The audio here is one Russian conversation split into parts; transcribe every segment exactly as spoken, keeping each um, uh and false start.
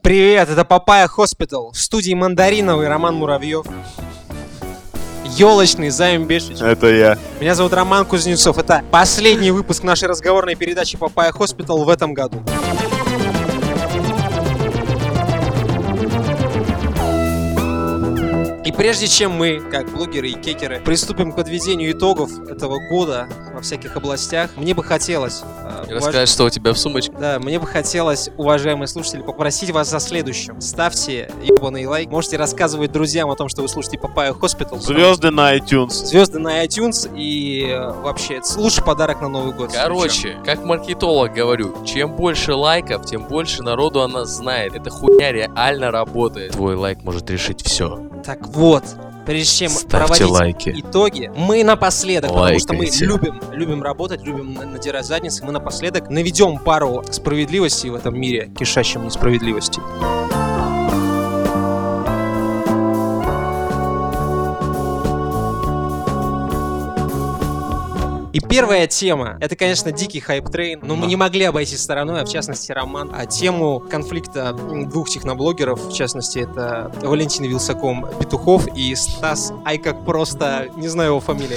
Привет, это Papaya Hospital. В студии Мандариновый Роман Муравьев. Ёлочный Займ Бешич. Это я. Меня зовут Роман Кузнецов. Это последний выпуск нашей разговорной передачи Papaya Hospital в этом году. И прежде чем мы, как блогеры и кекеры, приступим к подведению итогов этого года во всяких областях, мне бы хотелось... Э, уваж... Рассказать, что у тебя в сумочке. Да, мне бы хотелось, уважаемые слушатели, попросить вас о следующем. Ставьте ебаный лайк. Можете рассказывать друзьям о том, что вы слушаете Papaya Hospital. Звезды на iTunes. Звезды на iTunes. И э, вообще, это лучший подарок на Новый год. Короче, как маркетолог говорю, чем больше лайков, тем больше народу о нас знает. Эта хуйня реально работает. Твой лайк может решить все. Так вот, прежде чем Ставьте проводить лайки. итоги, мы напоследок, Лайкайте. потому что мы любим, любим работать, любим надирать задницы, мы напоследок наведем пару справедливостей в этом мире, кишащем несправедливостью. И первая тема, это, конечно, дикий хайп-трейн, но мы не могли обойти стороной, а в частности Роман, а тему конфликта двух техноблогеров, в частности, это Валентин Вилсаком Петухов и Стас, ай как просто, не знаю его фамилии.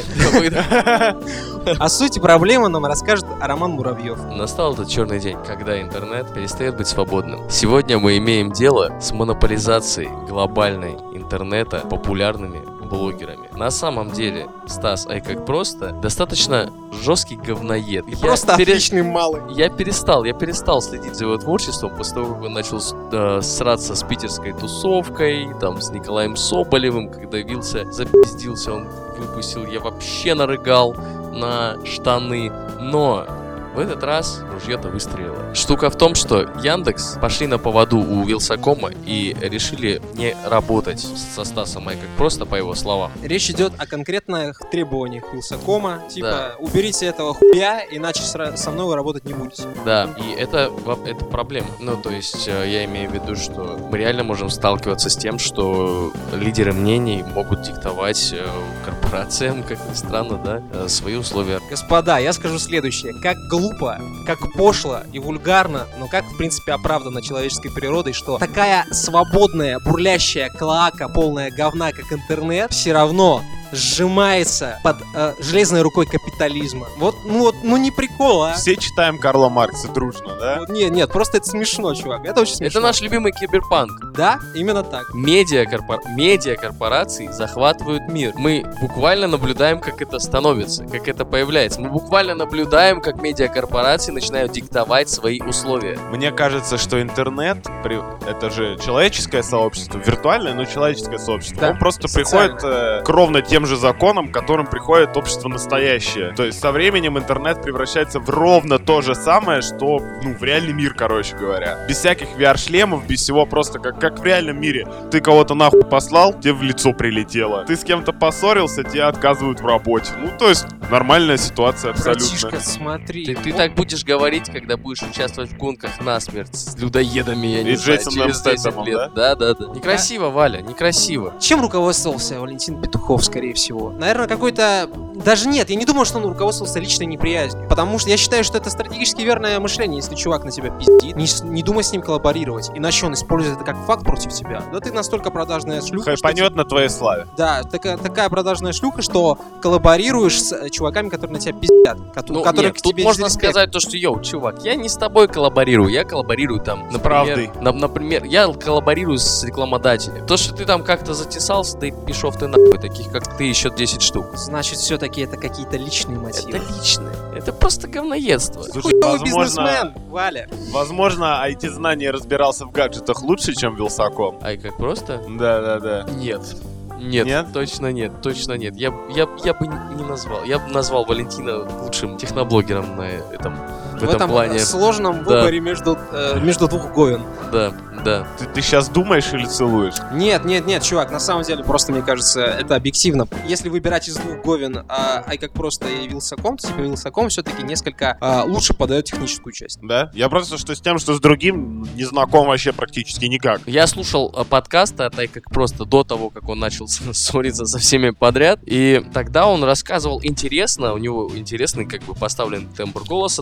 О сути проблемы нам расскажет Роман Муравьев. Настал этот черный день, когда интернет перестает быть свободным. Сегодня мы имеем дело с монополизацией глобальной интернета популярными блогерами. На самом деле, Стас, ай как просто, достаточно жесткий говноед. И я просто пере... отличный малый. Я перестал, я перестал следить за его творчеством после того, как он начал э, сраться с питерской тусовкой, там, с Николаем Соболевым, когда Вилса запиздился, он выпустил, я вообще нарыгал на штаны, но... В этот раз ружье-то выстрелило. Штука в том, что Яндекс пошли на поводу у Вилсакома и решили не работать со Стасом ай как просто, по его словам. Речь идет о конкретных требованиях Вилсакома, типа да. Уберите этого хуя, иначе со мной вы работать не будете. Да, и это, это проблема. Ну, то есть, я имею в виду, что мы реально можем сталкиваться с тем, что лидеры мнений могут диктовать корпорациям, как ни странно, да, свои условия. Господа, я скажу следующее. Как глупо глупо, как пошло и вульгарно, но как, в принципе, оправдано человеческой природой, что такая свободная, бурлящая клоака, полная говна, как интернет, все равно сжимается под э, железной рукой капитализма. Вот, ну вот, ну не прикол, а? Все читаем Карла Маркса дружно, да? Вот, нет, нет, просто это смешно, чувак, это очень смешно. Это наш любимый киберпанк. Да, именно так. Медиакорпор... Медиакорпорации захватывают мир. Мы буквально наблюдаем, как это становится, как это появляется. Мы буквально наблюдаем, как медиакорпорации начинают диктовать свои условия. Мне кажется, что интернет, это же человеческое сообщество, виртуальное, но человеческое сообщество. Да, он просто социально приходит э, к ровно тем же законам, к которым приходит общество настоящее. То есть со временем интернет превращается в ровно то же самое, что, ну, в реальный мир, короче говоря. Без всяких ви ар-шлемов, без всего, просто как, как в реальном мире. Ты кого-то нахуй послал, тебе в лицо прилетело. Ты с кем-то поссорился, тебе отказывают в работе. Ну, то есть нормальная ситуация абсолютно. Братишка, смотри. Ты, ты так будешь говорить, когда будешь участвовать в гонках насмерть с людоедами, я не и знаю, Джейсоном через десять лет. Да? Да, да, да. Некрасиво, Валя, некрасиво. Чем руководствовался Валентин Петухов, скорее всего? Наверное, какой-то... Даже нет, я не думаю, что он руководствовался личной неприязнью. Потому что я считаю, что это стратегически верное мышление. Если чувак на тебя пиздит, не, не думай с ним коллаборировать. Иначе он использует это как факт против тебя. Да ты настолько продажная шлюха, хайпанет что... на твоей славе. Да, такая, такая продажная шлюха, что коллаборируешь с чуваками, которые на тебя пиздят. Ну, которые нет, тут можно сказать то, что, йоу, чувак, я не с тобой коллаборирую, я коллаборирую там, например... На, например, я коллаборирую с рекламодателем. То, что ты там как-то затесался, да и пишов ты нахуй, таких как ты еще десять штук. Значит, все-таки это какие-то личные мотивы. Это личное. Это просто говноедство. Слушай, возможно, бизнесмен, Валя. Возможно, ай ти-знание разбирался в гаджетах лучше, чем Вилсаком. Ай, как просто? Да-да-да. Нет. Нет, нет, точно нет, точно нет. Я, я, я бы не назвал. Я бы назвал Валентина лучшим техноблогером на этом, в, в этом, этом плане. Сложном да. выборе между, э, между двух говен. Да, да. Ты, ты сейчас думаешь или целуешь? Нет, нет, нет, чувак, на самом деле, просто мне кажется, это объективно. Если выбирать из двух говен, а, ай как просто и Вилсаком, то типа Вилсаком все-таки несколько а, лучше подает техническую часть. Да? Я просто что с тем, что с другим не знаком вообще практически никак. Я слушал подкасты от ай как просто до того, как он начал ссориться со всеми подряд, и тогда он рассказывал интересно, у него интересный как бы поставлен тембр голоса достаточно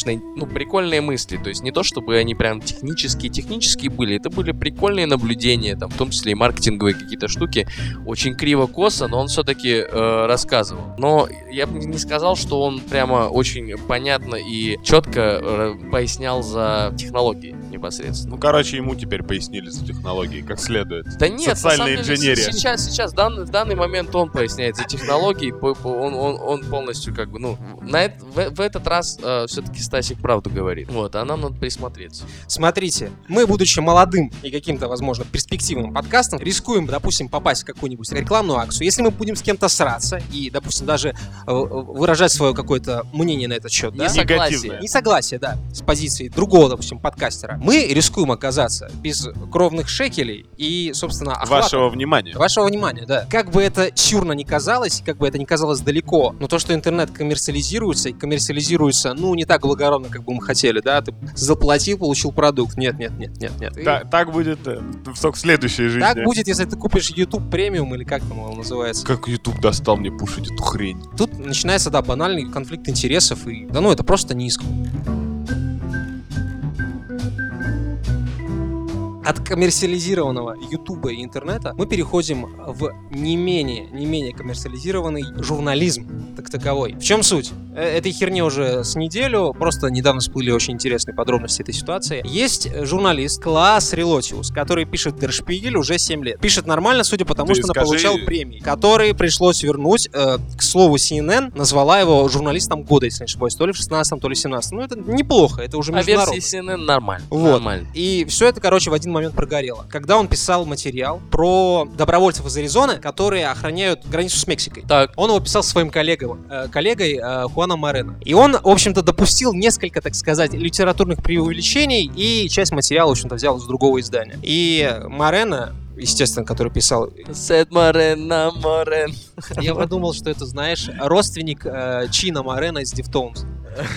достаточно, ну, прикольные мысли. То есть не то, чтобы они прям технические-технические были, это были прикольные наблюдения, там, в том числе и маркетинговые какие-то штуки. Очень криво-косо, но он все-таки э, рассказывал. Но я бы не сказал, что он прямо очень понятно и четко э, пояснял за технологии непосредственно. Ну, короче, ему теперь пояснили за технологии, как следует. Да нет, социальная на самом инженерия. Деле, сейчас, сейчас, в данный, в данный момент он поясняет за технологии, он, он, он полностью как бы, ну, на это, в, в этот раз э, все-таки Стасик правду говорит. Вот, а нам надо присмотреться. Смотрите, мы, будучи молодым и каким-то, возможно, перспективным подкастом, рискуем, допустим, попасть в какую-нибудь рекламную акцию. Если мы будем с кем-то сраться и, допустим, даже э, выражать свое какое-то мнение на этот счет, да? Несогласие. Несогласие, да, с позиции другого, допустим, подкастера, мы рискуем оказаться без кровных шекелей и, собственно, охвата. Вашего внимания. Вашего внимания, да. Как бы это сюрно ни казалось, как бы это ни казалось далеко, но то, что интернет коммерциализируется, и коммерциализируется, ну, не так благородно, как бы мы хотели, да, ты заплатил, получил продукт. Нет, нет, нет, нет, нет. Да, и... Так будет э, в следующей жизни. Так будет, если ты купишь YouTube премиум, или как там его называется. Как YouTube достал мне пушить эту хрень. Тут начинается, да, банальный конфликт интересов, и, да ну, это просто низко. От коммерциализированного Ютуба и интернета мы переходим в не менее, не менее коммерциализированный журнализм, так таковой. В чем суть? Этой херне уже с неделю, просто недавно всплыли очень интересные подробности этой ситуации. Есть журналист Клаас Релотиус, который пишет Der Spiegel уже семь лет. Пишет нормально, судя по тому, Ты что скажи... он получал премии, которые пришлось вернуть. Э, к слову, си эн эн назвала его журналистом года, если не ошибаюсь, то ли в шестнадцатом, то ли в семнадцатом. Ну, это неплохо, это уже международно. А версии си эн эн нормально. Вот. Нормально. И все это, короче, в один момент прогорело. Когда он писал материал про добровольцев из Аризоны, которые охраняют границу с Мексикой. Так. Он его писал своим коллегам, э, коллегой э, Хуаном Морено. И он, в общем-то, допустил несколько, так сказать, литературных преувеличений, и часть материала, в общем-то, взял из другого издания. И Морено, естественно, который писал... Сет Морено, Морен. Я подумал, что это, знаешь, родственник э, Чина Морено из Deftones.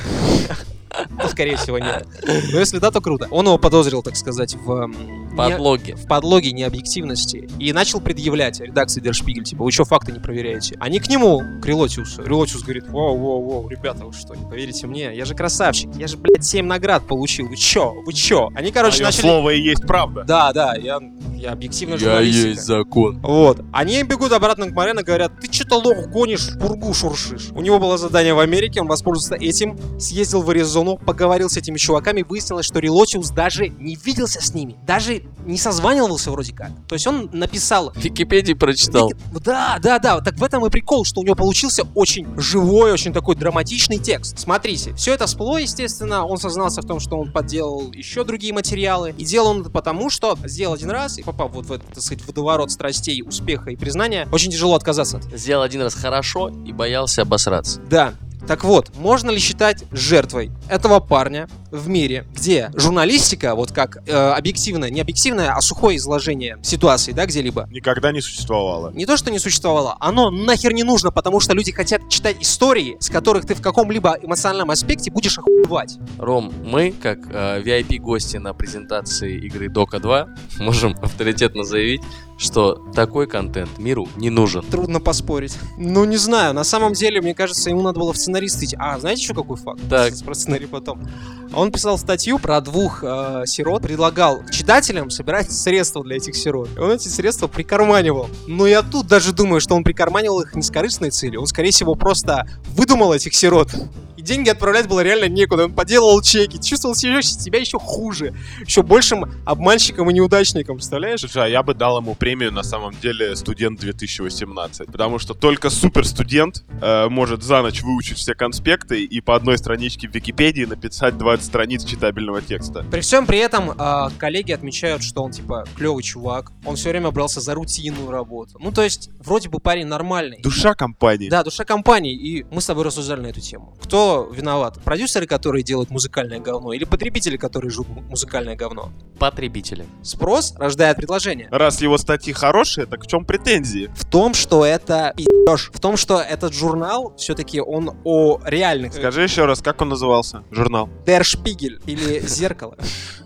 Ну, скорее всего, нет. Но если да, то круто. Он его подозрил, так сказать, в... Подлоге. В подлоге необъективности. И начал предъявлять редакции Der Spiegel, типа, вы что, факты не проверяете? Они к нему, к Релотиусу. Релотиус говорит, воу-воу-воу, ребята, вы что, не поверите мне? Я же красавчик, я же, блядь, семь наград получил. Вы чё? Вы чё? Они, короче, Моё начали... слово и есть правда. Да, да, я, я объективно Я журналистика. есть закон. Вот. Они бегут обратно к Морено, говорят, ты что-то лох гонишь, в пургу шуршишь. У него было задание в Америке, он воспользовался этим, съездил в Аризону, поговорил с этими чуваками, выяснилось, что Релотиус даже не виделся с ними, даже не созванивался вроде как. То есть он написал... В Википедии прочитал. Да, да, да, так в этом и прикол, что у него получился очень живой, очень такой драматичный текст. Смотрите, все это всплыло, естественно, он сознался в том, что он подделал еще другие материалы, и делал он это потому, что сделал один раз, и попав вот в этот, так сказать, водоворот страстей, успеха и признания, очень тяжело отказаться от этого. Сделал один раз хорошо и боялся обосраться. Да. Так вот, можно ли считать жертвой этого парня в мире, где журналистика, вот как э, объективное, не объективное, а сухое изложение ситуации, да, где-либо, Никогда не существовало. не то, что не существовало, оно нахер не нужно, потому что люди хотят читать истории, с которых ты в каком-либо эмоциональном аспекте будешь охуевать. Ром, мы, как э, ви ай пи-гости на презентации игры Дока два, можем авторитетно заявить, что такой контент миру не нужен. Трудно поспорить. Ну, не знаю, на самом деле, мне кажется, ему надо было в сценарист идти. А, знаете, еще какой факт? Так. Про сценарий потом. Он писал статью про двух э, сирот, предлагал читателям собирать средства для этих сирот. И он эти средства прикарманивал. Но я тут даже думаю, что он прикарманивал их не с корыстной целью. Он, скорее всего, просто выдумал этих сирот. И деньги отправлять было реально некуда. Он поделал чеки, чувствовал себя, себя еще хуже. Еще большим обманщиком и неудачником, представляешь? Слушай, а я бы дал ему премию, на самом деле, студент две тысячи восемнадцать. Потому что только суперстудент э, может за ночь выучить все конспекты и по одной страничке в Википедии написать двадцать страниц читабельного текста. При всем при этом э, коллеги отмечают, что он, типа, клевый чувак. Он все время брался за рутинную работу. Ну, то есть, вроде бы парень нормальный. Душа компании. Да, душа компании. И мы с тобой рассуждали на эту тему. Кто виноват? Продюсеры, которые делают музыкальное говно, или потребители, которые жрут музыкальное говно? Потребители. Спрос рождает предложение. Раз его статьи хорошие, так в чем претензии? В том, что это пи***ж. В том, что этот журнал, все-таки он о реальных... Скажи еще раз, как он назывался? Журнал. Der Spiegel или Зеркало.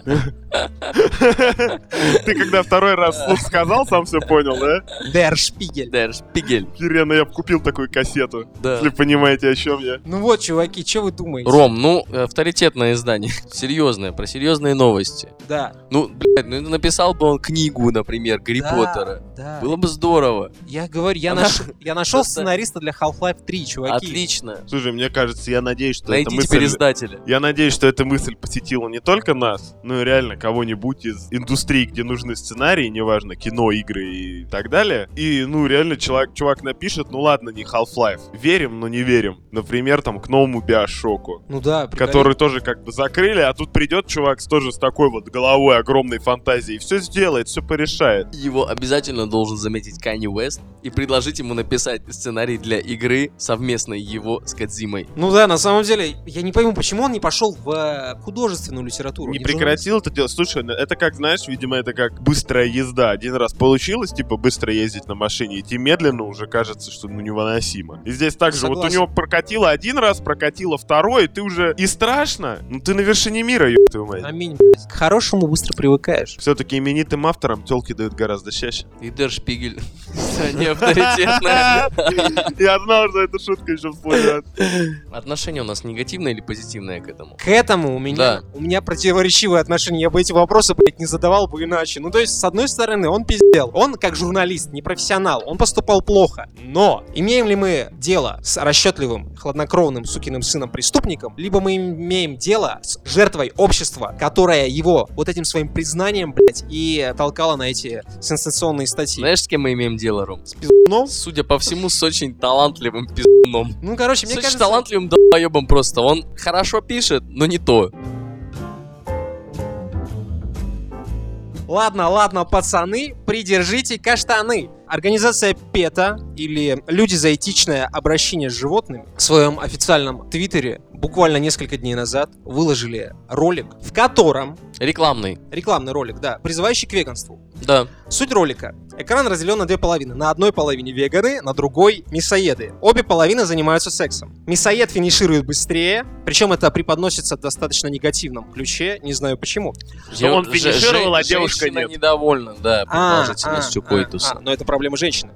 Ты когда второй раз слух сказал, сам все понял, да? Der Spiegel. Der Spiegel. Херена, я бы купил такую кассету. Да. Если понимаете, о чем я. Ну вот, чуваки, чуваки, что вы думаете? Ром, ну, авторитетное издание. Серьезное, про серьезные новости. Да. Ну, блядь, ну написал бы он книгу, например, Гарри Да, Поттера. да. Было бы здорово. Я говорю, я, Она- наш... я нашел Просто- сценариста для Half-Life три, чуваки. Отлично. Слушай, мне кажется, я надеюсь, что Найди эта мысль... теперь издателя. Я надеюсь, что эта мысль посетила не только нас, но и реально кого-нибудь из индустрии, где нужны сценарии, неважно, кино, игры и так далее. И, ну, реально чувак, чувак напишет, ну ладно, не Half-Life. Верим, но не верим. Например, там, к новому Биошоку, Ну да, приколи. который тоже как бы закрыли, а тут придет чувак с тоже с такой вот головой, огромной фантазией, все сделает, все порешает. Его обязательно должен заметить Канье Уэст и предложить ему написать сценарий для игры совместной его с Кодзимой. Ну да, на самом деле, я не пойму, почему он не пошел в э, художественную литературу. Не в прекратил это делать. Слушай, ну, это как, знаешь, видимо, это как быстрая езда. Один раз получилось, типа, быстро ездить на машине, идти медленно уже кажется, что, ну, невыносимо. И здесь так же, вот у Согласен. него прокатило один раз, прокатило второй, и ты уже и страшно, ну ты на вершине мира, ёб твою мать. Аминь, блядь. К хорошему быстро привыкаешь. Все-таки именитым авторам телки дают гораздо чаще. И Дер Шпигель. Издание авторитетное. Я знал, что эта шутка еще всплывет. Отношение у нас негативное или позитивное к этому? К этому у меня, Да. у меня противоречивые отношения. Я бы эти вопросы, блядь, не задавал бы иначе. Ну, то есть, с одной стороны, он пиздел. Он, как журналист, не профессионал. Он поступал плохо. Но имеем ли мы дело с расчетливым, хладнокровным сукиным сыном-преступником, либо мы имеем дело с жертвой общества, которая его вот этим своим признанием, блядь, и толкала на эти сенсационные статьи. Знаешь, с кем мы имеем дело, Ром? С пиздуном? Судя по всему, с очень талантливым пиздуном. Ну, короче, С мне очень кажется... талантливым долбоебом просто. Он хорошо пишет, но не то. Ладно, ладно, пацаны, придержите каштаны. Организация ПЕТА, или «Люди за этичное обращение с животными», в своем официальном твиттере буквально несколько дней назад выложили ролик, в котором, Рекламный. рекламный ролик, да, призывающий к веганству. Да. Суть ролика. Экран разделен на две половины. На одной половине веганы, на другой мясоеды. Обе половины занимаются сексом. Мясоед финиширует быстрее, причем это преподносится в достаточно негативном ключе, не знаю почему. Что он Же- финишировал, же- а девушка женщина нет. недовольна, да, А, продолжительностью а, коитуса. а, а, но это проблема женщины.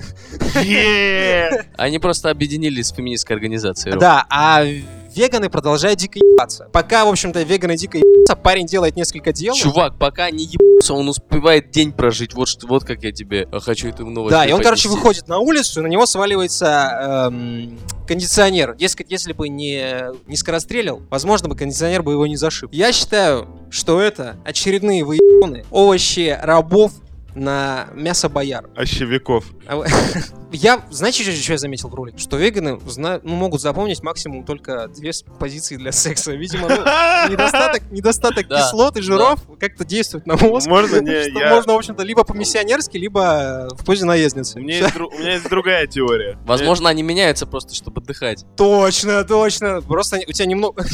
Е-е-е. Они просто объединились с феминистской организацией. Ром. Да, а веганы продолжают дико ебаться. Пока, в общем-то, веганы дико ебаться, парень делает несколько дел. Чувак, пока не ебутся, он успевает день прожить. Вот, что, вот как я тебе а, хочу эту новость Да, и он, короче, преподнести. выходит на улицу, и на него сваливается эм, кондиционер. Дескать, если бы не, не скорострелил, возможно бы кондиционер бы его не зашиб. Я считаю, что это очередные выебоны, овощи рабов на мясо бояр. Ощевиков. А вы- Я, знаете, что, что я заметил в ролике? Что веганы зна- ну, могут запомнить максимум только две с- позиции для секса. Видимо, ну, недостаток, недостаток Да, кислот и жиров как-то действует на мозг. Можно не, Что я- можно, в общем-то, либо по-миссионерски, либо в позе наездницы. У меня, есть, дру- у меня есть другая теория. Возможно, они меняются просто, чтобы отдыхать. Точно, точно. Просто у тебя немного...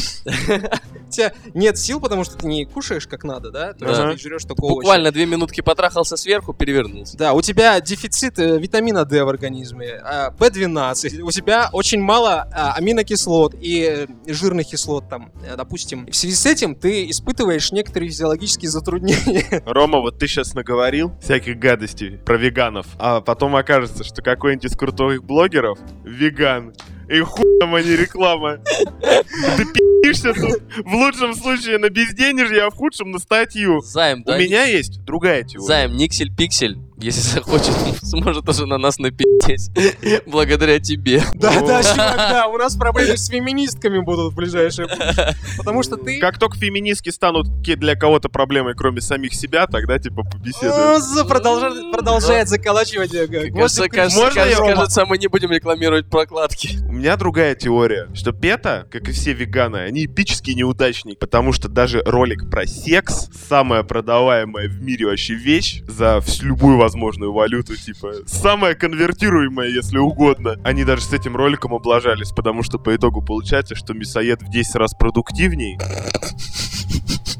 У тебя нет сил, потому что ты не кушаешь как надо, да? То есть Да. ты жрешь только овощи. Буквально две минутки потрахался сверху, перевернулся. Да, у тебя дефицит э, витамина D в организме, а, бэ двенадцать, у тебя очень мало а, аминокислот и э, жирных кислот там, э, допустим. В связи с этим ты испытываешь некоторые физиологические затруднения. Рома, вот ты сейчас наговорил всяких гадостей про веганов, а потом окажется, что какой-нибудь из крутых блогеров веган. И хуй там, а не реклама. Ты пи***шься тут в лучшем случае на безденежье, а в худшем на статью. Займ, У да? меня есть другая теория. Займ, Никсель-Пиксель, если захочет, сможет уже на нас напи***ть. Благодаря тебе. Да-да, чувак, да, у нас проблемы с феминистками будут в ближайшее будущее. Потому что ты... Как только феминистки станут ке- для кого-то проблемой, кроме самих себя, тогда типа побеседуем. О, за- продолжает, продолжает заколачивать э, гвозди Кажется, в крышу. кажется, Можно я, кажется, Рома? кажется, мы не будем рекламировать прокладки. У меня другая теория, что PETA, как и все веганы, они эпические неудачники, потому что даже ролик про секс, самая продаваемая в мире вообще вещь за всю, любую возможную валюту, типа, самая конвертируемая, если угодно. Они даже с этим роликом облажались, потому что по итогу получается, что мясоед в десять раз продуктивней.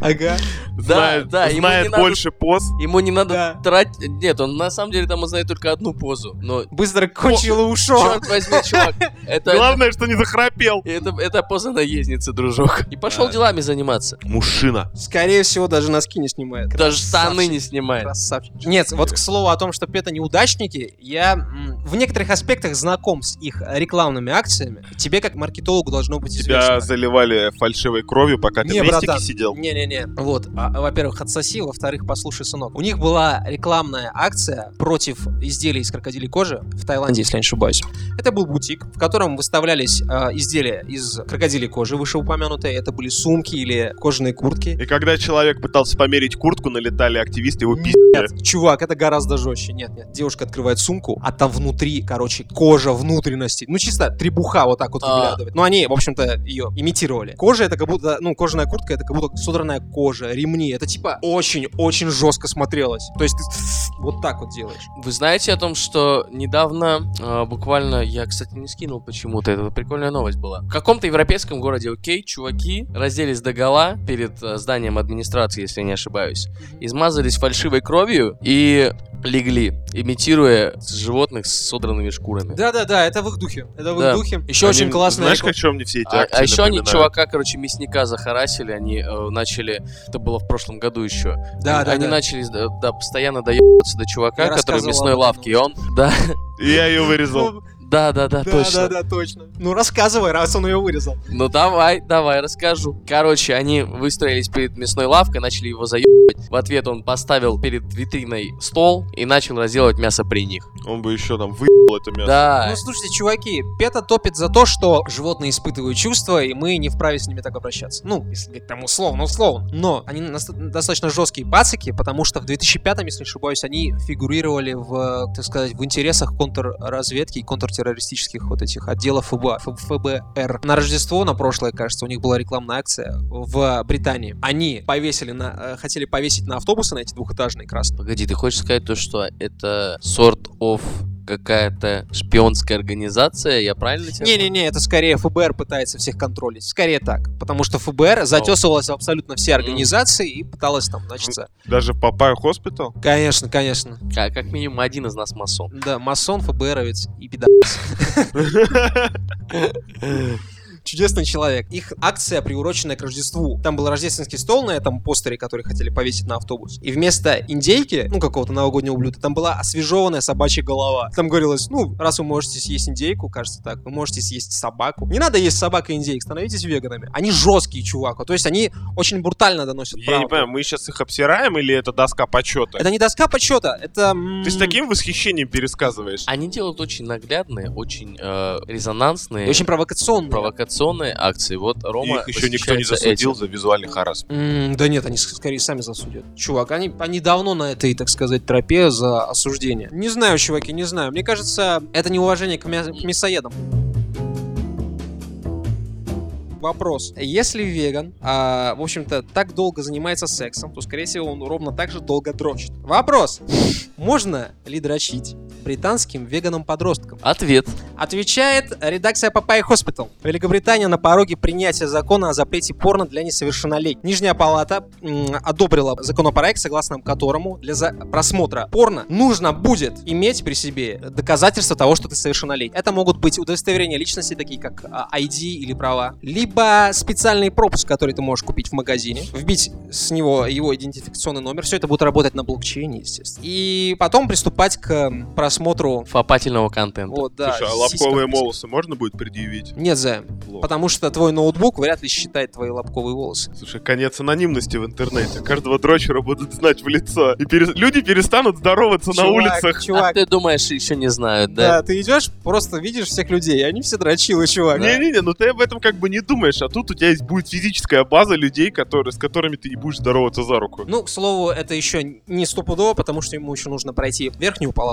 Ага. Да, Знает, да, ему знает не надо- больше поз. Ему не надо Да. тратить... Нет, он на самом деле там знает только одну позу. Но, Быстро кончил и ушел. черт возьми, чувак, это... Главное, что не захрапел. Это, это поза наездницы, дружок. И пошел Да. делами заниматься. Мужчина. Скорее всего, даже носки не снимает. Даже штаны Красавчик. не снимает. Красавчик. Нет, вот к слову о том, что Пета неудачники, я м, в некоторых аспектах знаком с их рекламными акциями. Тебе, как маркетологу, должно быть Тебя известно. заливали фальшивой кровью, пока ты Не, в крестике братан, сидел. Не-не-не. Вот, а, во-первых, отсоси, во-вторых, послушай, сынок. У них была рекламная акция против изделий из крокодилей кожи в Таиланде, если я не ошибаюсь. Это был бутик, в котором выставлялись а, изделия из крокодилей кожи, вышеупомянутые. Это были сумки или кожаные куртки. И когда человек пытался померить куртку, налетали активисты, его пиздили. Нет, чувак, это гораздо жестче. Нет, нет. Девушка открывает сумку, а там внутри, короче, кожа внутренности. Ну, чисто требуха вот так вот А. выглядывает. Но они, в общем-то, ее имитировали. Кожа это как будто, ну, кожаная куртка это как будто содранная кожа, ремни. Это типа очень-очень жестко смотрелось. То есть ты вот так вот делаешь. Вы знаете о том, что недавно, э, буквально, я, кстати, не скинул почему-то, это прикольная новость была. В каком-то европейском городе, окей, чуваки разделись догола перед э, зданием администрации, если я не ошибаюсь, измазались фальшивой кровью и легли, имитируя животных с содранными шкурами. Да-да-да, это в их духе. Это в Да. их духе. Еще Они, очень классная Знаешь, реклама. о чем мне все эти А, акции а еще они напоминают? чувака, короче, мясника захарасили, они э, начали, это было в прошлом году еще, Да, да, они да. начали да, да, постоянно доебаться до чувака, Я который в рассказывал мясной об этом лавке, и он, да, И я ее вырезал. да, да, да, точно. Да-да-да, точно. Ну, рассказывай, раз он ее вырезал. Ну давай, давай, расскажу. Короче, они выстроились перед мясной лавкой, начали его заебывать. В ответ он поставил перед витриной стол и начал разделывать мясо при них. Он бы еще там выебал это мясо. Да. Ну, слушайте, чуваки, Пета топит за то, что животные испытывают чувства, и мы не вправе с ними так обращаться. Ну, если говорить там условно, условно. Но они нас- достаточно жесткие пацики, потому что в две тысячи пятом, если не ошибаюсь, они фигурировали в, так сказать, в интересах контрразведки и контртеррористических вот этих отделов ФБ, Ф- ФБР. На Рождество, на прошлое, кажется, у них была рекламная акция в Британии. Они повесили на, э, хотели повесить на автобусы, на эти двухэтажные красные. Погоди, ты хочешь сказать то, что это sort of какая-то шпионская организация? Я правильно тебя понял? Не-не-не, это скорее ФБР пытается всех контролить. Скорее так. Потому что ФБР затесывалось в абсолютно все организации и пыталась там, значит... Даже Папайя Хоспитал? Конечно, конечно. Как, как минимум один из нас масон. Да, масон, ФБРовец и пидорас. Чудесный человек. Их акция, приуроченная к Рождеству. Там был рождественский стол на этом постере, который хотели повесить на автобус. И вместо индейки, ну, какого-то новогоднего блюда, там была освежеванная собачья голова. Там говорилось, ну, раз вы можете съесть индейку, кажется так, вы можете съесть собаку. Не надо есть собак и индейк, становитесь веганами. Они жесткие, чувак. То есть они очень брутально доносят Я правду. не понимаю, мы сейчас их обсираем или это доска почета? Это не доска почета, это... м, Ты с таким восхищением пересказываешь. Они делают очень наглядные, очень э, резонансные, и очень провокационные. провокационные акции. Вот Рома Их еще никто не восхищается засудил этим. за визуальный харассмент. М, да нет, они с- скорее сами засудят. Чувак, они, они давно на этой, так сказать, тропе за осуждение. Не знаю, чуваки, не знаю. Мне кажется, это неуважение к, мя- к мясоедам. Вопрос. Если веган, а, в общем-то, так долго занимается сексом, то, скорее всего, он ровно так же долго дрочит. Вопрос. Можно ли дрочить британским веганам-подросткам? Ответ. Отвечает редакция Папайя Хоспитал. Великобритания на пороге принятия закона о запрете порно для несовершеннолетних. Нижняя палата м, одобрила законопроект, согласно которому для за- просмотра порно нужно будет иметь при себе доказательства того, что ты совершеннолетний. Это могут быть удостоверения личности, такие как а, ай ди или права, либо специальный пропуск, который ты можешь купить в магазине, вбить с него его идентификационный номер. Все это будет работать на блокчейне, естественно. И потом приступать к м, просмотру. Фопательного контента. Вот, да, Слушай, а сиськам лобковые писать. волосы можно будет предъявить? Нет, Займ. Плохо. Потому что твой ноутбук вряд ли считает твои лобковые волосы. Слушай, конец анонимности в интернете. Каждого дрочера будут знать в лицо. И пере- люди перестанут здороваться на Чувак, улицах. А Чувак, ты думаешь, еще не знают, да, да? ты идешь, просто видишь всех людей, и они все дрочилы, чувак. Не-не-не, ну ты об этом как бы не думаешь, а тут у тебя есть будет физическая база людей, которые, с которыми ты не будешь здороваться за руку. Ну, к слову, это еще не стопудово, потому что ему еще нужно пройти верхнюю палату лордов,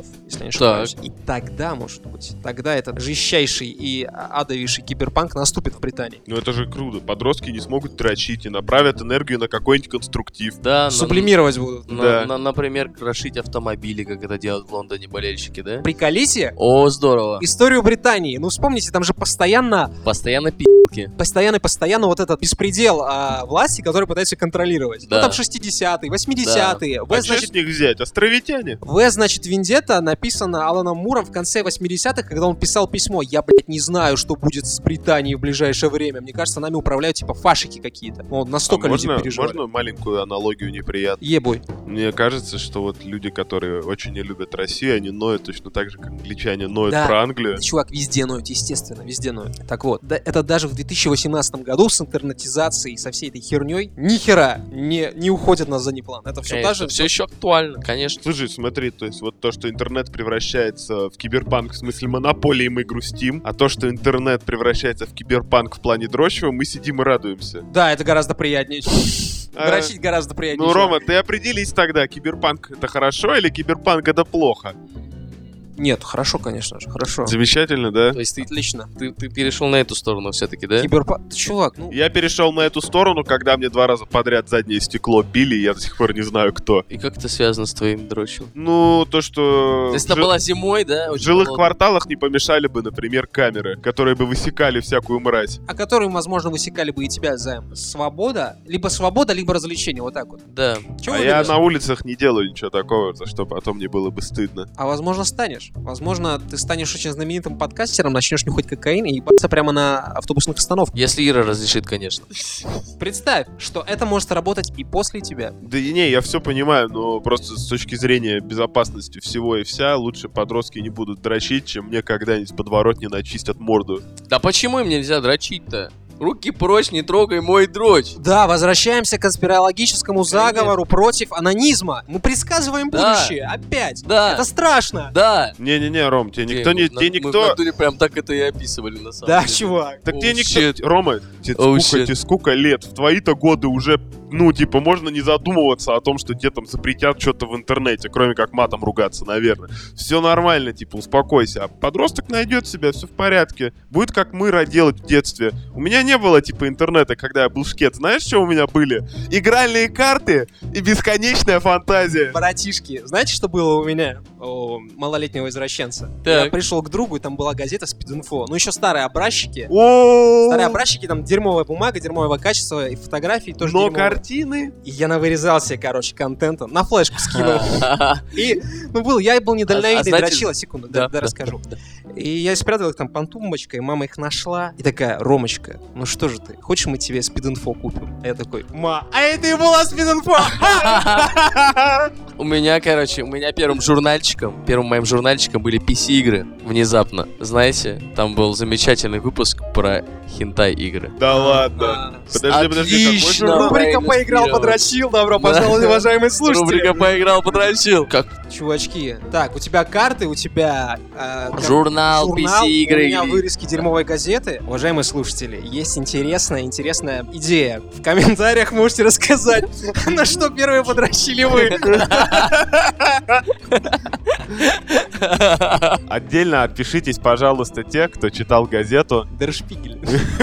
андроидов, если я не ошибаюсь. И тогда, может быть, тогда этот жестчайший и адовейший киберпанк наступит в Британии. Ну это же круто. Подростки не смогут дрочить и направят энергию на какой-нибудь конструктив. Да, сублимировать на, будут. На, да. на, например, крошить автомобили, как это делают в Лондоне болельщики, да? Приколите? О, здорово. Историю Британии. Ну, вспомните, там же постоянно... Постоянно пи***ки. Постоянно-постоянно вот этот беспредел а, власти, который пытается контролировать. Да. Ну, там шестидесятые, восьмидесятые. Да. В, а значит, что с них взять? Островитяне? В, значит, Вендетта написано Аланом Муром в конце восьмидесятых, когда он писал письмо. Я, блядь, не знаю, что будет с Британией в ближайшее время. Мне кажется, нами управляют, типа, фашики какие-то. Ну, настолько а люди можно, переживали. Можно маленькую аналогию неприятную? Ебой. Мне кажется, что вот люди, которые очень не любят Россию, они ноют точно так же, как англичане ноют Да. про Англию. Чувак, везде ноют, естественно, везде ноют. Так вот, да, это даже в две тысячи восемнадцатом году с интернетизацией, со всей этой херней, ни хера не, не уходит на задний план. Это все Конечно, даже... все еще актуально, конечно. Слушай, смотри, то есть вот то, что интернет превращается в киберпанк в смысле монополии, мы грустим, а то, что интернет превращается в киберпанк в плане дрочева, мы сидим и радуемся. Да, это гораздо приятнее. А, Дрочить гораздо приятнее. Ну, Рома, ты определись тогда, киберпанк это хорошо или киберпанк это плохо? Нет, хорошо, конечно же, хорошо. Замечательно, да? То есть ты, Отлично. ты, ты перешел на эту сторону все-таки, да? Киберпанк... Чувак, ну... Я перешел на эту сторону, когда мне два раза подряд заднее стекло били, и я до сих пор не знаю, кто. И как это связано с твоим дрочем? Ну, то, что... То есть в это жи- была зимой, да? В Очень жилых холодно. кварталах не помешали бы, например, камеры, которые бы высекали всякую мразь. А которые, возможно, высекали бы и тебя, Займ. Свобода, либо свобода, либо развлечение, вот так вот. Да. Чего а вы я любите? на улицах не делаю ничего такого, за что потом мне было бы стыдно. А возможно, станешь. Возможно, ты станешь очень знаменитым подкастером, начнешь нюхать кокаин и ебаться прямо на автобусных остановках. Если Ира разрешит, конечно. Представь, что это может работать и после тебя. Да и не, я все понимаю, но просто с точки зрения безопасности всего и вся, лучше подростки не будут дрочить, чем мне когда-нибудь в подворотне начистят морду. Да почему им нельзя дрочить-то? Руки прочь, не трогай мой дрочь. Да, возвращаемся к конспирологическому заговору против анонизма. Мы предсказываем Да. будущее. Опять. Да. Это страшно. Да. Не-не-не, Ром, тебе Те, никто не... мы Тебе на- Мы в никто... натуре прям так это и описывали, на самом Да, деле. чувак. Так Oh, тебе никто... shit. Рома, тебе Oh, сколько, shit. тебе сколько лет? В твои-то годы уже, ну, типа, можно не задумываться о том, что тебе там запретят что-то в интернете, кроме как матом ругаться, наверное. Все нормально, типа, успокойся. А подросток найдет себя, все в порядке. Будет как мы делать в детстве. У меня не было, типа, интернета, когда я был шкет. Знаешь, что у меня были? Игральные карты и бесконечная фантазия. Братишки, знаете, что было у меня, у малолетнего извращенца? Так. Я пришел к другу, и там была газета «Спид-инфо». Ну, еще старые образчики. О, Старые образчики, там дерьмовая бумага, дерьмового качества, и фотографии тоже но дерьмовые. картины... И я навырезал себе, короче, контента, на флешку скинул. И, ну, был, я был недальновидный, А- а знаете- дрочила, секунду, Да, да, да, да, расскажу. И я спрятал их там под тумбочкой, мама их нашла. И такая: Ромочка, ну что же ты, хочешь, мы тебе спид-инфо купим? А я такой: ма, а это и была спид-инфо! У меня, короче, у меня первым журнальчиком, первым моим журнальчиком были пи си-игры, внезапно. Знаете, там был замечательный выпуск про хентай-игры. Да ладно. Подожди, подожди, какой Отлично. журнал? Рубрика «Поиграл, подрочил». Добро пожаловать, уважаемые слушатели. Рубрика «Поиграл, подрочил». Как Чувачки, так, у тебя карты, у тебя э, как- журнал, журнал, пи у си-игры. меня вырезки дерьмовой газеты. Уважаемые слушатели, есть интересная, интересная идея. В комментариях можете рассказать, на что первые подрочили вы. Отдельно отпишитесь, пожалуйста, те, кто читал газету. Дер Шпигель.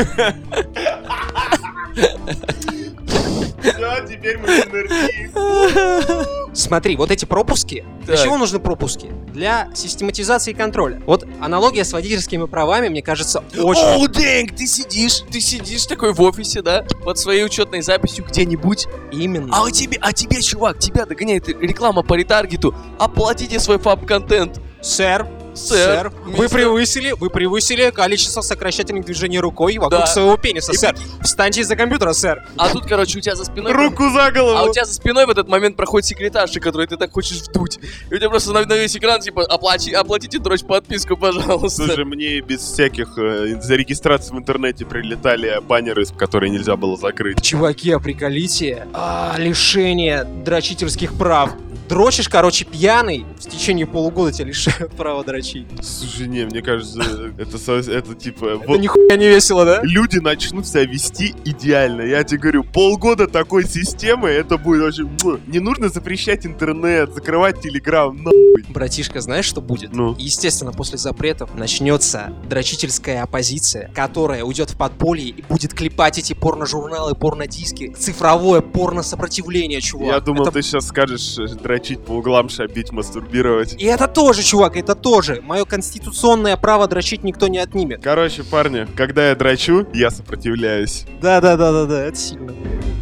Все, теперь мы энергии. Смотри, вот эти пропуски. Для Так. чего нужны пропуски? Для систематизации и контроля. Вот аналогия с водительскими правами, мне кажется, очень... Оу, дэнг, ты сидишь, ты сидишь такой в офисе, да, под своей учетной записью где-нибудь, Именно. а у тебя, а тебе, чувак, тебя догоняет реклама по ретаргету, оплатите свой фаб-контент. Сэр, Сэр, сэр, вы мистер. превысили, вы превысили количество сокращательных движений рукой вокруг Да. своего пениса, И сэр. Встаньте из-за компьютера, сэр. А тут, короче, у тебя за спиной... Руку за А у голову. тебя за спиной в этот момент проходит секретарша, которую ты так хочешь вдуть. И у тебя просто на, на весь экран, типа, оплати, оплатите, дрочь, подписку, пожалуйста. Слушай, мне без всяких э, зарегистраций в интернете прилетали баннеры, которые нельзя было закрыть. Чуваки, а приколите. А, лишение дрочительских прав. дрочишь, короче, пьяный, в течение полугода тебя лишают права дрочить. Слушай, не, мне кажется, это, со- это типа... Это вот нихуя не весело, да? люди начнут себя вести идеально. Я тебе говорю, полгода такой системы, это будет очень... муа. Не нужно запрещать интернет, закрывать телеграм, нахуй. Братишка, знаешь, что будет? Ну? Естественно, после запретов начнется дрочительская оппозиция, которая уйдет в подполье и будет клепать эти порно-журналы, порно-диски. Цифровое порно-сопротивление, чувак. Я думал, Это- ты сейчас скажешь э, дрочить по углам, шабить, мастурбировать. И это тоже, чувак, это тоже. Мое конституционное право дрочить никто не отнимет. Короче, парни, когда я дрочу, я сопротивляюсь. Да-да-да-да-да, это сильно.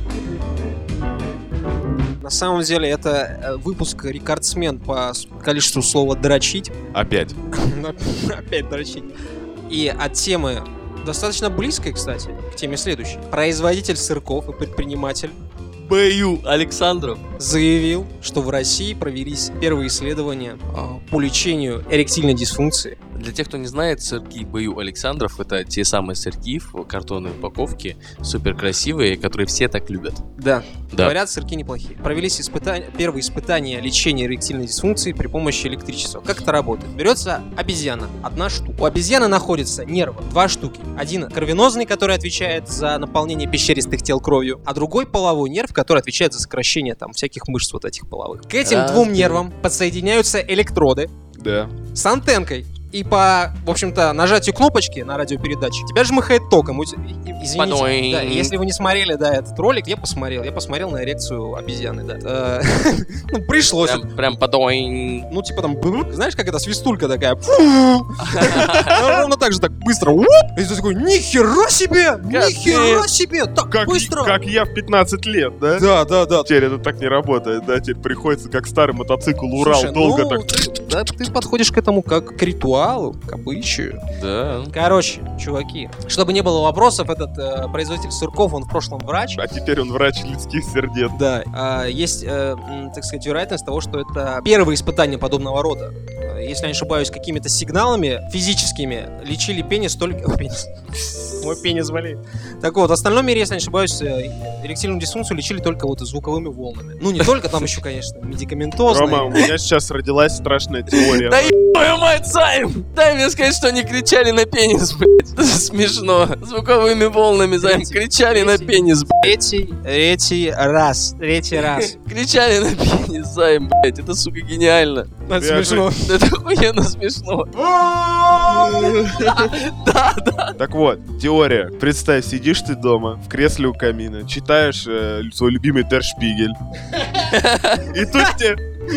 На самом деле, это э, выпуск рекордсмен по с- количеству слова «дрочить». Опять. Опять дрочить. И от темы достаточно близкой, кстати, к теме следующей. Производитель сырков и предприниматель Б.Ю. Александров. заявил, что в России провелись первые исследования а, по лечению эректильной дисфункции. Для тех, кто не знает, сырки Б.Ю. Александров — это те самые сырки в картонной упаковке, супер красивые, которые все так любят. Да, Да. говорят, сырки неплохие. Провелись испытания, первые испытания лечения эректильной дисфункции при помощи электричества. Как это работает? Берется обезьяна, одна штука. У обезьяны находится нервы, два штуки. Один кровенозный, который отвечает за наполнение пещеристых тел кровью, а другой половой нерв, который отвечает за сокращение там всяких мышц вот этих половых. К этим Раз, двум два. нервам подсоединяются электроды Да. с антенкой. И по, в общем-то, нажатию кнопочки на радиопередаче тебя жмыхает током. И- и- Извините. Подоинь. Да, если вы не смотрели, да, этот ролик, я посмотрел. Я посмотрел на эрекцию обезьяны, да. Э, Ну, пришлось. Прям, прям подоинь. Ну, типа там, бр- знаешь, как это свистулька такая. Фу! Ровно так же, так быстро. Уп! И ты такой, нихера себе! Нихера себе! Так Как, быстро! как я в пятнадцать лет, да? Да, да, да. Теперь это так не работает, да? Теперь приходится как старый мотоцикл Урал Слушай, долго ну, так... ты- да, ты подходишь к этому как к ритуалу, к обычаю. Да. Короче, чуваки, чтобы не было вопросов, этот э, производитель сырков, он в прошлом врач. А теперь он врач людских сердец. Да, а, есть, э, м, так сказать, вероятность того, что это первые испытания подобного рода. Э, Если я не ошибаюсь, какими-то сигналами физическими лечили пенис только... О, пенис. Мой пенис болеет. Так вот, в остальном мире, если я не ошибаюсь, э, эректильную дисфункцию лечили только вот звуковыми волнами. Ну, не только, там еще, конечно, медикаментозные. Рома, у меня сейчас родилась страшная теория. Да ебаную мать, Займ! Дай мне сказать, что они кричали на пенис, блядь. Это смешно. Звуковыми волнами, Займ, Третий, кричали на третий. пенис, блядь. Третий, третий раз, третий раз. Кричали на пенис, Займ, блядь. Это, сука, гениально. Это Я смешно. Это охуенно смешно. Да, да. Так вот, теория. Представь, сидишь ты дома, в кресле у камина, читаешь э, свой любимый Дер Шпигель. И тут тебе...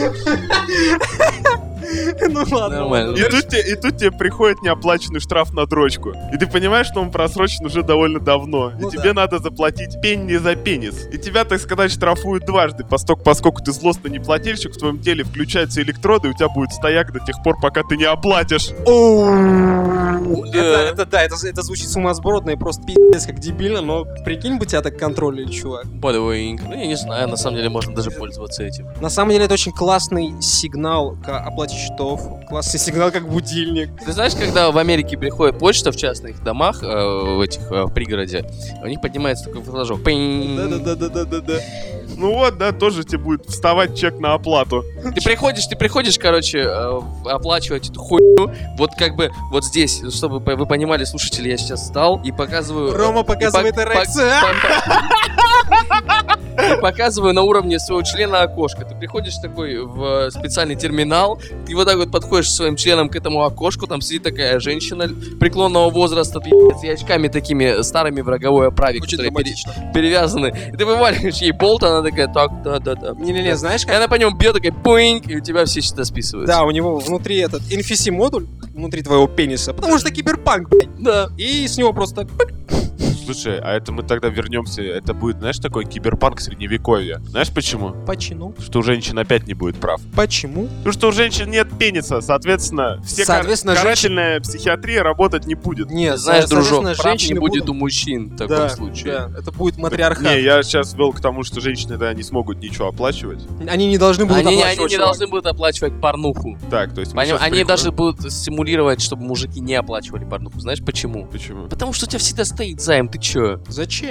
Ну ладно. Нормально. И тут, тебе, и тут тебе приходит неоплаченный штраф на дрочку. И ты понимаешь, что он просрочен уже довольно давно. Ну и да. тебе надо заплатить пенни за пенис. И тебя, так сказать, штрафуют дважды, поскольку, поскольку ты злостный неплательщик, в твоем теле включаются электроды, и у тебя будет стояк до тех пор, пока ты не оплатишь. Это, это да, это, это звучит сумасбродно и просто пиздец как дебильно, но прикинь бы тебя так контролили, чувак. Бодоинг. Ну, я не знаю, на самом деле можно даже пользоваться этим. На самом деле это очень классный сигнал к оплате счетов, классный сигнал как будильник. Ты знаешь, когда в Америке приходит почта в частных домах, э, в этих, э, в пригороде, у них поднимается такой флажок. Пинь. Да-да-да-да-да-да. Ну вот, да, тоже тебе будет вставать чек на оплату. Ты приходишь, ты приходишь, короче, э, оплачивать эту хуйню. Вот как бы вот здесь, чтобы по- вы понимали, слушатели, я сейчас встал и показываю... э, Рома и показывает пок- эрекцию. пок- пок- и показываю на уровне своего члена окошко. Ты приходишь такой в специальный терминал, ты вот так вот подходишь своим членом к этому окошку, там сидит такая женщина преклонного возраста, пи***ц, и очками такими старыми в роговой оправе, Очень которые пере- драматично. перевязаны. И ты вываливаешь ей болт, она такая, так, да-да-да. Не-не-не, знаешь И как? она по нему бьет, такая, пуинг, и у тебя все счета списываются. Да, у него внутри этот инфиси-модуль, внутри твоего пениса, потому что киберпанк, блядь. Да. И с него просто... Слушай, а это мы тогда вернемся, это будет, знаешь, такой киберпанк средневековья. Знаешь почему? Почему? Что у женщин опять не будет прав. Почему? Потому что у женщин нет пениса, соответственно, все Соответственно, кар- женщин- карательная психиатрия работать не будет. Нет, Знаешь, дружок, соответственно, прав не женщины будет будут- у мужчин в таком Да, случае. да, это будет матриархат. Не, я сейчас вел к тому, что женщины тогда не смогут ничего оплачивать. Они не должны будут Они, не- оплачивать, они не чувак. должны будут оплачивать порнуху. Так, то есть мы Поним- щас Они приходим- даже будут стимулировать, чтобы мужики не оплачивали порнуху. Знаешь почему? Почему? Потому что у тебя всегда стоит займ, ты чё? Зачем?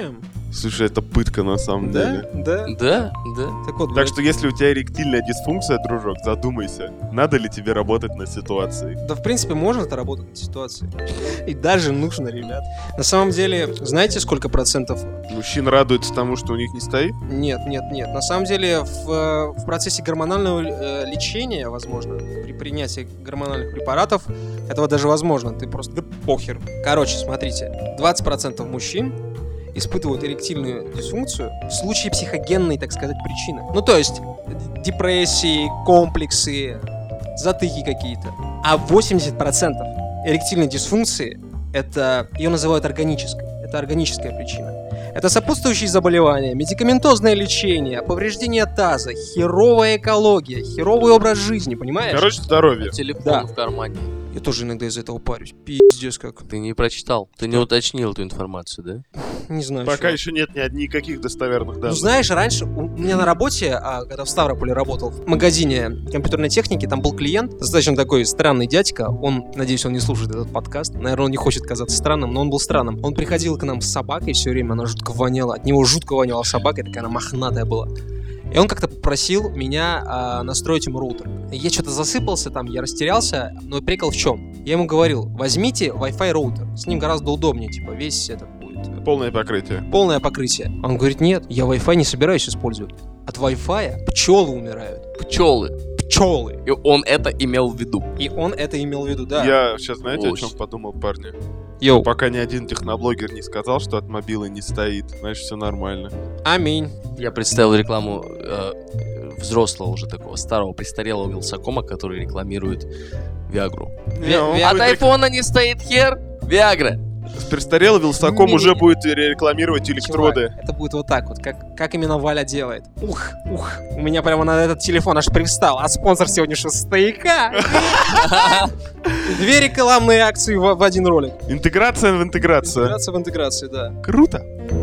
Слушай, это пытка на самом Да, деле. да. Да, да. Так вот, Так блядь, что если у тебя эректильная дисфункция, дружок, задумайся, надо ли тебе работать над ситуацией. да, в принципе, можно это работать на ситуации. И даже нужно, ребят. На самом деле, знаете, сколько процентов? Мужчин радуется тому, что у них не стоит? Нет, нет, нет. На самом деле, в, э, в процессе гормонального э, лечения, возможно, при принятии гормональных препаратов, этого даже возможно. Ты просто, да похер. Короче, смотрите. двадцать процентов мужчин испытывают эректильную дисфункцию в случае психогенной, так сказать, причины. Ну, то есть, депрессии, комплексы, затыки какие-то. А восемьдесят процентов эректильной дисфункции, это, ее называют органической. Это органическая причина. Это сопутствующие заболевания, медикаментозное лечение, повреждение таза, херовая экология, херовый образ жизни, понимаешь? Короче, здоровье. Телефон Да. в кармане. Я тоже иногда из-за этого парюсь. Пиздец как. Ты не прочитал, ты не уточнил эту информацию, да? Не знаю. Пока чего. еще нет ни никаких достоверных Ну, данных. знаешь, раньше у меня на работе, а, когда в Ставрополе работал, в магазине компьютерной техники, там был клиент, достаточно такой странный дядька. Он, надеюсь, он не слушает этот подкаст. Наверное, он не хочет казаться странным, но он был странным. Он приходил к нам с собакой все время, она жутко воняла. От него жутко воняло собакой, такая она мохнатая была. И он как-то попросил меня а, настроить ему роутер. Я что-то засыпался там, я растерялся, но прикол в чем? Я ему говорил, возьмите Wi-Fi роутер, с ним гораздо удобнее, типа весь этот будет Полное покрытие. полное покрытие. Он говорит, нет, я Wi-Fi не собираюсь использовать. От Wi-Fi пчелы умирают. Пчелы. Пчелы. И он это имел в виду. И он это имел в виду, да. Я сейчас, знаете, о Очень. чем подумал, парни? Йоу, Пока ни один техноблогер не сказал, что от мобилы не стоит, значит, все нормально. аминь. Я представил рекламу э, взрослого уже такого старого престарелого Вилсакома, который рекламирует Виагру. Ви- Ну, ви- а От так- айфона не стоит хер, Виагра. Престарелый Вилсаком Не-не-не. уже будет рекламировать электроды. Чувак, это будет вот так вот, как, как именно Валя делает. Ух, ух, у меня прямо на этот телефон аж привстал. А спонсор сегодняшнего стояка. Две рекламные акции в, в один ролик. Интеграция в интеграцию. Интеграция в интеграции, да. Круто.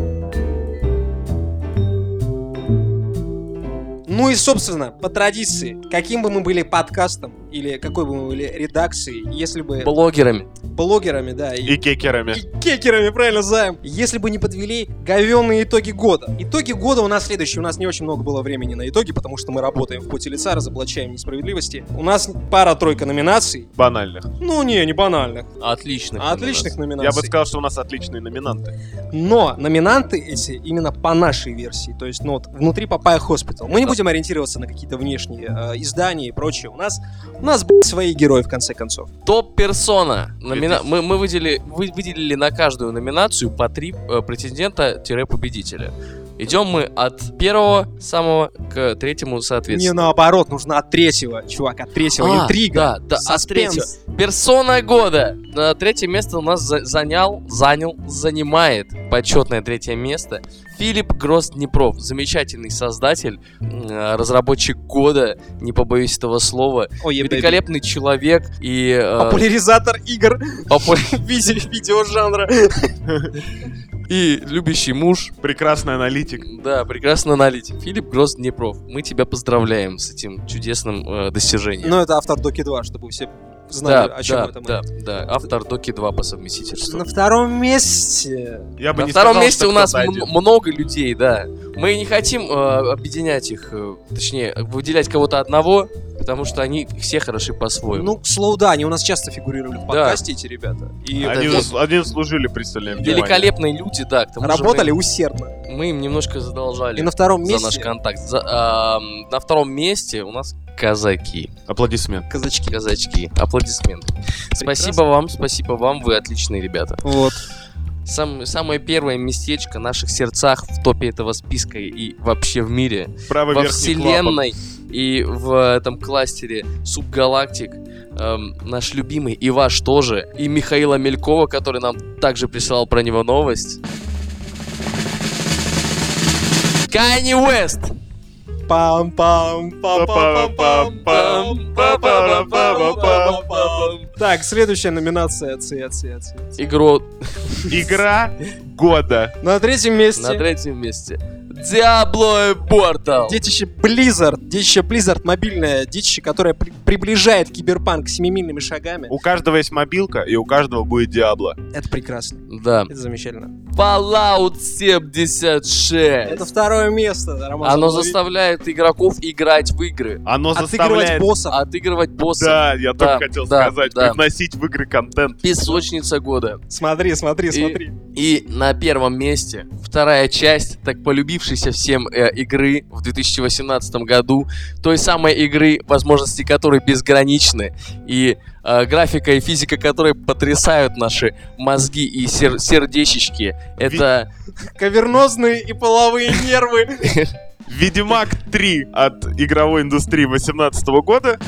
Ну и, собственно, по традиции, каким бы мы были подкастом или какой бы мы были редакцией, если бы Блогерами. блогерами, да, и, И кекерами. и кекерами, правильно, Займ, если бы не подвели говенные итоги года. Итоги года у нас следующие. У нас не очень много было времени на итоги, потому что мы работаем в поте лица, разоблачаем несправедливости. У нас пара-тройка номинаций. Банальных. Ну не, не банальных, Отличных. а отличных номинаций. Я бы сказал, что у нас отличные номинанты. Но номинанты эти именно по нашей версии, то есть, ну вот, внутри Papaya Hospital. Мы не Да. будем ориентироваться на какие-то внешние э, издания и прочее. У нас, у нас, блядь, свои герои, в конце концов. Топ-персона. Номина... Мы, мы выделили, вы, выделили на каждую номинацию по три э, претендента-победителя. Идем мы от первого самого к третьему, Не соответственно. наоборот, нужно от третьего, чувак, от третьего. А, Интрига, да, да, от саспенс. третьего. Персона года. На третье место у нас за- занял, занял, занимает почетное третье место Филипп Гросс-Днепров. Замечательный создатель, м, э, разработчик года, не побоюсь этого слова. Ой, ебать. Великолепный человек и э, Популяризатор игр попу- виде- видеожанра. и любящий муж. Прекрасный аналитик. Да, прекрасный аналитик. Филипп Гросс-Днепров. Мы тебя поздравляем с этим чудесным э, достижением. Ну, это автор Доки два, чтобы все знали, да, о чем да, это мы. да, да. Автор Доки два по совместительству. На втором месте... Я бы На не втором сказал, месте что у нас кто-то м- один. много людей, да. Мы не хотим э, объединять их, э, точнее, выделять кого-то одного, потому что они все хороши по-своему. Ну, к слову, да, они у нас часто фигурировали в Да. подкасте, эти ребята. И Они, это зас- они заслужили пристальное внимание. Великолепные люди, да. К тому же работали усердно. Мы, мы им немножко задолжали И на втором за наш месте контакт. За, а, м, на втором месте у нас казаки. Аплодисмент. казачки. Казачки. Аплодисменты. Спасибо вам, спасибо вам, вы отличные ребята. Вот. Сам, самое первое местечко в наших сердцах в топе этого списка и вообще в мире, Правый во верхний вселенной и в этом кластере субгалактик. Эм, наш любимый и ваш тоже, и Михаила Мелькова, который нам также присылал про него новость. Канни Уэст! пам пам пам пам пам пам пам пам пам. Так, следующая номинация. Ц, Ц, Ц. Игру Игра года. На третьем на месте третьем месте. Diablo Immortal. Детище Blizzard, детище Blizzard, мобильное детище, которое при- приближает киберпанк семимильными шагами. У каждого есть мобилка, и у каждого будет Диабло. Это прекрасно, Да. это замечательно. Fallout семьдесят шесть. Это второе место, Роман. Оно Золовик. заставляет игроков играть в игры. Оно Отыгрывать заставляет... боссов. Отыгрывать боссов. Да, я Да, только хотел да, сказать, да. привносить в игры контент. Песочница года. Смотри, смотри, И- смотри. И на первом месте вторая часть так полюбившейся всем э, игры в две тысячи восемнадцатом году. Той самой игры, возможности которой безграничны. И э, графика и физика которой потрясают наши мозги и сер- сердечечки. Это... Кавернозные и половые нервы. Ведьмак три от игровой индустрии восемнадцатого года.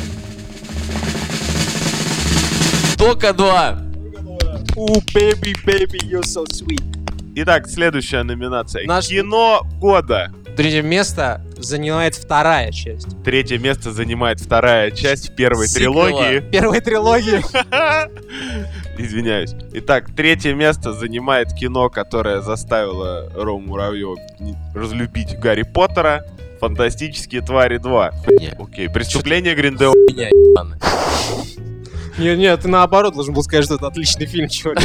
Тока два. У, baby, baby, you're so sweet. Итак, следующая номинация. Наш- Кино года. Третье место занимает вторая часть. Третье место занимает вторая часть первой Сиквела. трилогии. Первой трилогии. Извиняюсь. Итак, третье место занимает кино, которое заставило Рому Муравьева не- разлюбить Гарри Поттера. Фантастические твари два. Хуйня. Окей, преступление Гриндевальда. Меня ебаный. Нет, нет, ты наоборот должен был сказать, что это отличный фильм, чувак.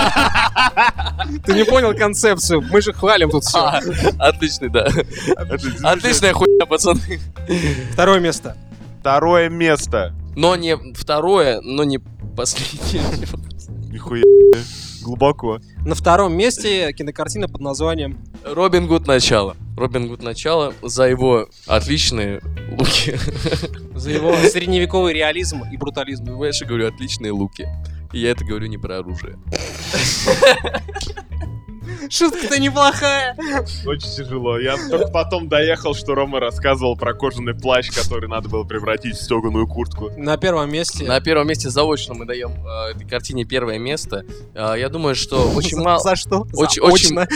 Ты не понял концепцию. Мы же хвалим тут все. А, Отличный, да. Отличная хуйня, пацаны. Второе место. Второе место. Но не второе, но не последнее. Нихуя. Глубоко. На втором месте кинокартина под названием Робин Гуд начало. Робин Гуд начало за его отличные луки. за его средневековый реализм и брутализм. Ну, я же говорю, отличные луки. И я это говорю не про оружие. Шутка-то неплохая. Очень тяжело. Я только потом доехал, что Рома рассказывал про кожаный плащ, который надо было превратить в стеганую куртку. На первом месте. На первом месте заочно мы даем э, этой картине первое место. Э, я думаю, что очень За- мало... За что? Очень- Заочно.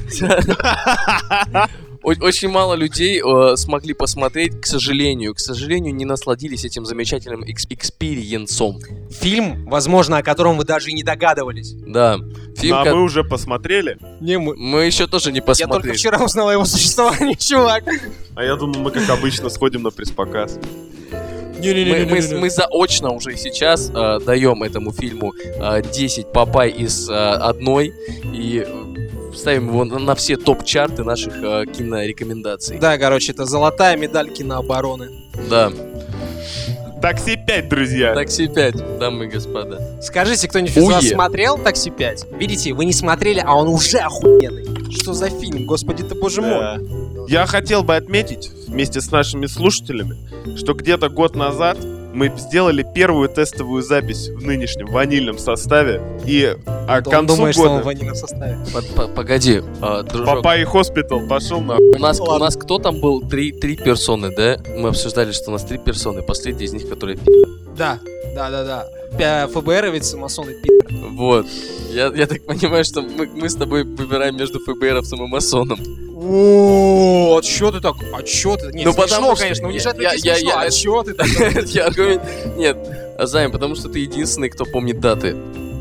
О- Очень мало людей э, смогли посмотреть, к сожалению, к сожалению, не насладились этим замечательным экс- экспириенсом. Фильм, возможно, о котором вы даже и не догадывались. Да, фильм, Ну, а ко- мы уже посмотрели. Не мы. мы еще тоже не Я только посмотрели. вчера узнал о его существовании, чувак. А я думаю, мы, как обычно, сходим на пресс-показ. Мы, мы- мы заочно уже сейчас э, даем этому фильму э, десять папай из э, одной и э, ставим его на, на все топ-чарты наших э, кинорекомендаций. Да, короче, это золотая медаль кинообороны. Да. Такси пять, друзья. Такси пять, дамы и господа. Скажите, кто-нибудь из вас Уе. смотрел «Такси пять»? Видите, вы не смотрели, а он уже охуенный. Что за фильм, господи ты, боже мой. Да. Я хотел бы отметить вместе с нашими слушателями, что где-то год назад мы сделали первую тестовую запись в нынешнем ванильном составе, и а к Он концу думает, что он в года ванильном составе. Под- по- Погоди, э, дружок. Папай Хоспитал пошел на... У нас, у Ладно. нас кто там был? Три, три персоны, да? Мы обсуждали, что у нас три персоны. Последний из них, который... Да, да, да, да. Пя- ФБРовец, масоны, пи***. Вот. Я, я так понимаю, что мы, мы с тобой выбираем между ФБРовцем и масоном. О, а чё ты так? А чё ты? Нет, Ну, смешно, потому что- конечно, унижать я- людей я- смешно. я- А чё ты так? Я говорю, нет, Азайм, потому что ты единственный, кто помнит даты.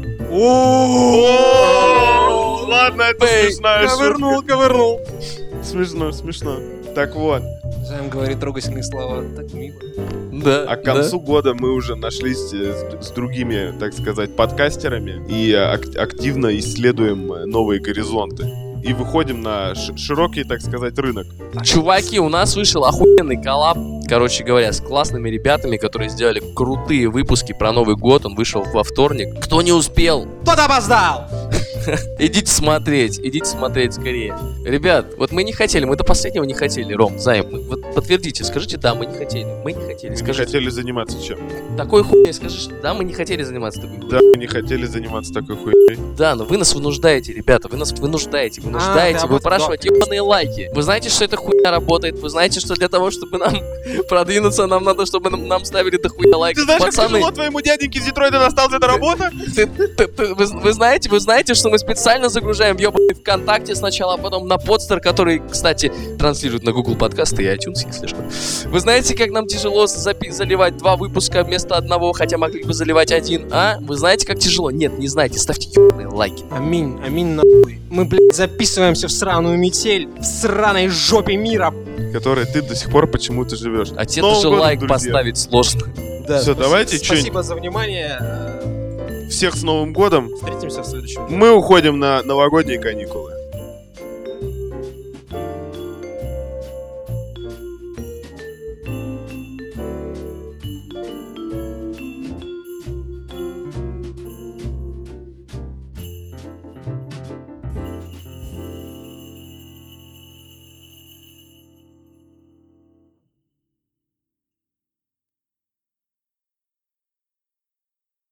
О, ладно, это Бэй, смешная Ковырнул, шутка. ковырнул. Смешно, смешно. Так вот, Займ говорит трогательные слова. Так мило. Да. а к концу года мы уже нашлись э, с, с другими, так сказать, подкастерами и э, ак- активно исследуем э, новые горизонты. И выходим на ш- широкий, так сказать, рынок. да. Чуваки, у нас вышел охуенный коллаб, короче говоря, с классными ребятами, которые сделали крутые выпуски про Новый год. Он вышел во вторник. Кто не успел, Тот опоздал! идите смотреть, идите смотреть скорее. Ребят, вот мы не хотели, мы до последнего не хотели, Ром, Займ, мы- вот подтвердите, скажите, да, мы не хотели, мы не хотели, Мы не скажите. хотели заниматься чем? Такой хуйней скажешь, да, мы не хотели заниматься такой хуйней. Да, мы не хотели заниматься такой хуйней. Да, но вы нас вынуждаете, ребята, вы нас вынуждаете, вынуждаете А, да, выпрашивать вот, да. ебаные лайки. Вы знаете, что эта хуйня работает, вы знаете, что для того, чтобы нам продвинуться, нам надо, чтобы нам, нам ставили дохуя лайков. Пацаны, твоему дяденьке из Детройта досталась эта работа? ты- ты- ты- вы, вы знаете, вы знаете, что мы специально загружаем в ебаный ВКонтакте сначала, а потом на Подстер, который, кстати, транслирует на Google подкасты и iTunes, если что. Вы знаете, как нам тяжело запи- заливать два выпуска вместо одного, хотя могли бы заливать один, а? Вы знаете, как тяжело? Нет, не знаете, ставьте ебаные лайки. Аминь, аминь нахуй. Мы, блядь, записываемся в сраную метель, в сраной жопе мира. Который ты до сих пор почему-то живешь. А С тебе Новым даже годом, лайк друзья. поставить сложно. Да, Всё, спасибо- давайте Спасибо что-нибудь. за внимание. Всех с Новым годом. Встретимся в следующем году. Мы уходим на новогодние каникулы.